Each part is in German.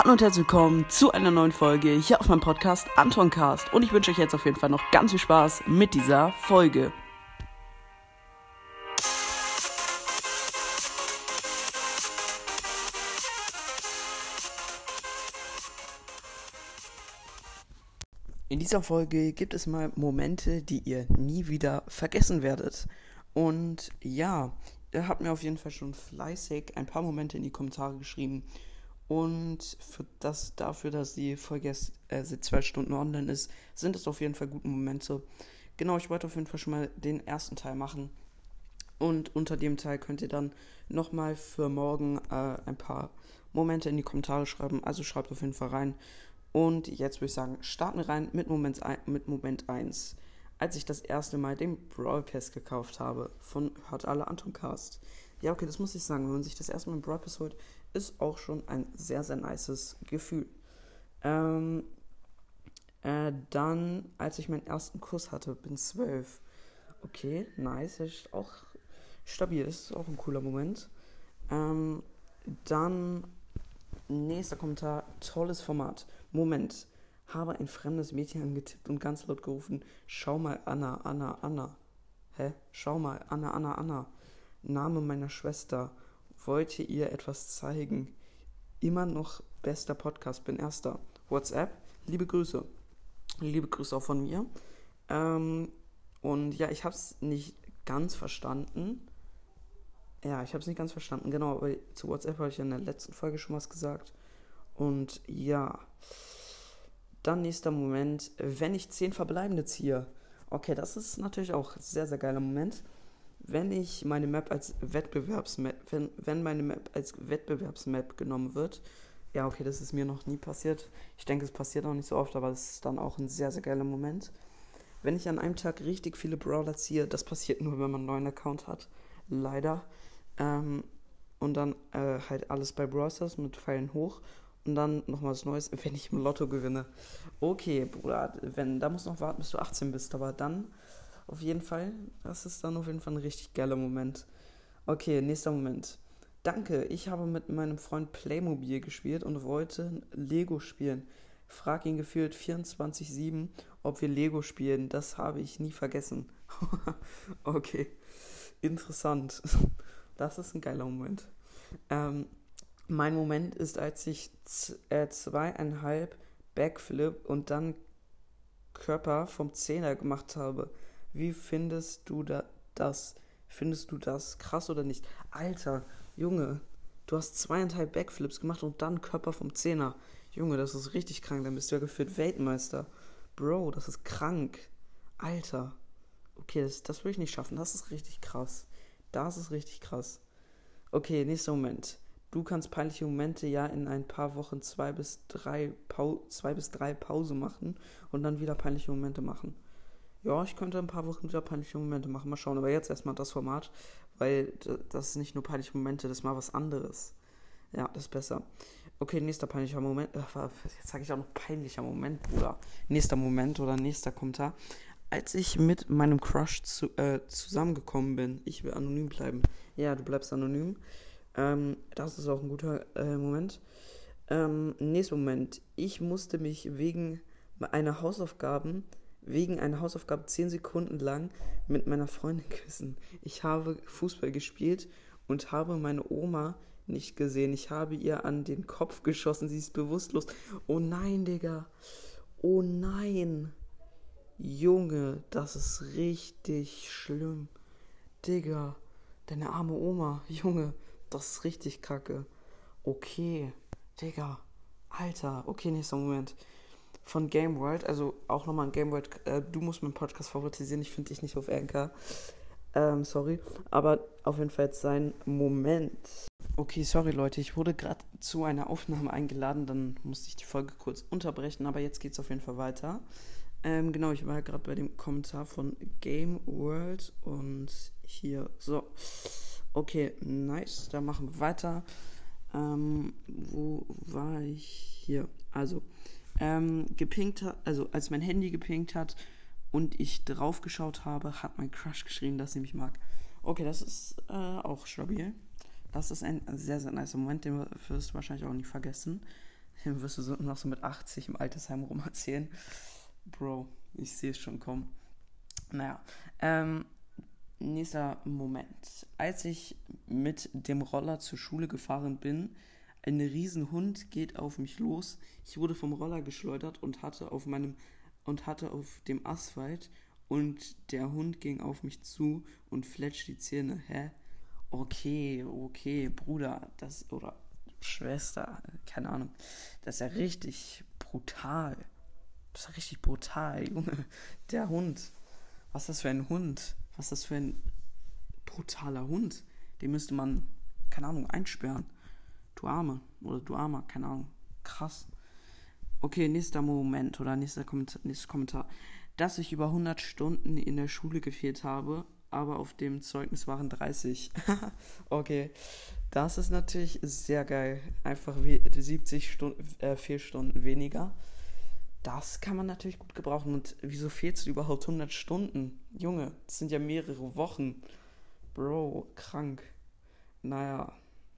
Hallo und herzlich willkommen zu einer neuen Folge hier auf meinem Podcast Antoncast. Und ich wünsche euch jetzt auf jeden Fall noch ganz viel Spaß mit dieser Folge. In dieser Folge gibt es mal Momente, die ihr nie wieder vergessen werdet. Und ja, ihr habt mir auf jeden Fall schon fleißig ein paar Momente in die Kommentare geschrieben. Und dafür, dass die Folge erst seit 2 Stunden online ist, sind es auf jeden Fall gute Momente. Genau, ich wollte auf jeden Fall schon mal den ersten Teil machen. Und unter dem Teil könnt ihr dann nochmal für morgen ein paar Momente in die Kommentare schreiben. Also schreibt auf jeden Fall rein. Und jetzt würde ich sagen, starten wir rein mit Moment 1. Als ich das erste Mal den Brawl Pass gekauft habe von Hört alle Antoncast. Ja, okay, das muss ich sagen. Wenn man sich das erste Mal einen Brawl Pass holt, ist auch schon ein sehr, sehr nices Gefühl. Dann, als ich meinen ersten Kuss hatte, bin 12. Okay, nice, das ist auch stabil, das ist auch ein cooler Moment. Dann, nächster Kommentar, tolles Format. Moment, habe ein fremdes Mädchen angetippt und ganz laut gerufen, schau mal, Anna, Anna, Anna. Hä? Schau mal, Anna, Anna, Anna. Name meiner Schwester. Wollte ihr etwas zeigen? Immer noch bester Podcast, bin erster. WhatsApp, liebe Grüße. Liebe Grüße auch von mir. Und ja, ich habe es nicht ganz verstanden. Genau, aber zu WhatsApp habe ich in der letzten Folge schon was gesagt. Und ja, dann nächster Moment, wenn ich 10 Verbleibende ziehe. Okay, das ist natürlich auch ein sehr, sehr geiler Moment. Wenn meine Map als wenn meine Map als Wettbewerbsmap genommen wird, ja, okay, das ist mir noch nie passiert. Ich denke, es passiert auch nicht so oft, aber es ist dann auch ein sehr, sehr geiler Moment. Wenn ich an einem Tag richtig viele Brawler ziehe, das passiert nur, wenn man einen neuen Account hat. Leider. Und dann halt alles bei Brawl Stars mit Pfeilen hoch. Und dann nochmal was Neues, wenn ich im Lotto gewinne. Okay, Bruder, da musst du noch warten, bis du 18 bist, aber dann auf jeden Fall, das ist dann auf jeden Fall ein richtig geiler Moment. Okay, nächster Moment. Danke, ich habe mit meinem Freund Playmobil gespielt und wollte Lego spielen. Frag ihn gefühlt 24/7, ob wir Lego spielen. Das habe ich nie vergessen. Okay, interessant. Das ist ein geiler Moment. Mein Moment ist, als ich 2,5 Backflip und dann Körper vom Zehner gemacht habe. Wie findest du das? Findest du das krass oder nicht? Alter, Junge, du hast 2,5 Backflips gemacht und dann Körper vom Zehner. Junge, das ist richtig krank. Dann bist du ja gefühlt Weltmeister. Bro, das ist krank. Alter. Okay, das will ich nicht schaffen. Das ist richtig krass. Das ist richtig krass. Okay, nächster Moment. Du kannst peinliche Momente ja in ein paar Wochen 2 bis 3 Pause machen und dann wieder peinliche Momente machen. Ja, ich könnte ein paar Wochen wieder peinliche Momente machen. Mal schauen, aber jetzt erstmal das Format, weil das ist nicht nur peinliche Momente, das ist mal was anderes. Ja, das ist besser. Okay, nächster peinlicher Moment. Jetzt sage ich auch noch peinlicher Moment, Bruder. Nächster Moment oder nächster Kommentar. Als ich mit meinem Crush zusammengekommen bin, ich will anonym bleiben. Ja, du bleibst anonym. Das ist auch ein guter Moment. Nächster Moment. Ich musste mich wegen einer Hausaufgabe 10 Sekunden lang mit meiner Freundin küssen. Ich habe Fußball gespielt und habe meine Oma nicht gesehen. Ich habe ihr an den Kopf geschossen. Sie ist bewusstlos. Oh nein, Digga. Oh nein. Junge, das ist richtig schlimm. Digga, deine arme Oma. Junge, das ist richtig kacke. Okay, Digga. Alter. Okay, nächster Moment. Von Game World, also auch nochmal ein Game World, du musst meinen Podcast favorisieren, ich finde dich nicht auf Anchor. Sorry, aber auf jeden Fall jetzt sein Moment. Okay, sorry Leute, ich wurde gerade zu einer Aufnahme eingeladen, dann musste ich die Folge kurz unterbrechen, aber jetzt geht's auf jeden Fall weiter. Genau, ich war gerade bei dem Kommentar von Game World und hier, so. Okay, nice, da machen wir weiter. Wo war ich? Hier, also, gepinkt hat, also als mein Handy gepinkt hat und ich drauf geschaut habe, hat mein Crush geschrieben, dass sie mich mag. Okay, das ist auch stabil. Das ist ein sehr, sehr nicer Moment, den wirst du wahrscheinlich auch nicht vergessen. Dann wirst du so noch so mit 80 im Altersheim rumerzählen. Bro, ich sehe es schon kommen. Naja, nächster Moment. Als ich mit dem Roller zur Schule gefahren bin, ein Riesenhund geht auf mich los. Ich wurde vom Roller geschleudert und hatte auf dem Asphalt und der Hund ging auf mich zu und fletscht die Zähne. Hä? Okay, Bruder, oder Schwester, keine Ahnung. Das ist ja richtig brutal. Junge. Der Hund. Was ist das für ein Hund? Was ist das für ein brutaler Hund? Den müsste man, keine Ahnung, einsperren. Du Arme oder du Armer, keine Ahnung. Krass. Okay, nächster Moment oder nächstes Kommentar. Dass ich über 100 Stunden in der Schule gefehlt habe, aber auf dem Zeugnis waren 30. Okay, das ist natürlich sehr geil. Einfach wie 70 Stunden, 4 Stunden weniger. Das kann man natürlich gut gebrauchen. Und wieso fehlst du überhaupt 100 Stunden? Junge, das sind ja mehrere Wochen. Bro, krank. Naja.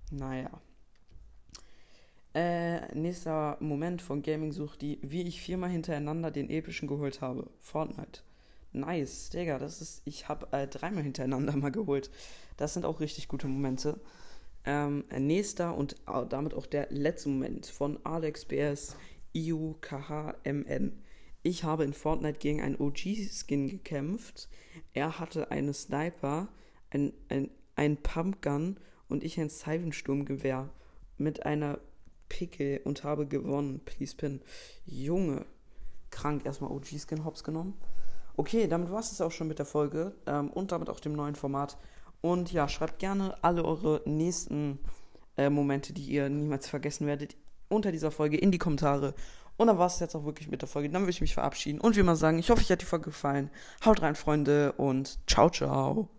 Nächster Moment von Gaming sucht wie ich 4-mal hintereinander den epischen geholt habe. Fortnite. Nice, Digga, ich habe 3-mal hintereinander mal geholt. Das sind auch richtig gute Momente. Nächster und damit auch der letzte Moment von AlexBS IUKHMN. Ich habe in Fortnite gegen einen OG-Skin gekämpft. Er hatte eine Sniper, ein Pumpgun und ich ein Seifensturmgewehr mit einer Picke und habe gewonnen. Please pin. Junge, krank. Erstmal OG-Skin hops genommen. Okay, damit war es auch schon mit der Folge und damit auch dem neuen Format. Und ja, schreibt gerne alle eure nächsten Momente, die ihr niemals vergessen werdet, unter dieser Folge in die Kommentare. Und dann war es jetzt auch wirklich mit der Folge. Dann würde ich mich verabschieden und wie immer sagen, ich hoffe, euch hat die Folge gefallen. Haut rein, Freunde, und ciao, ciao.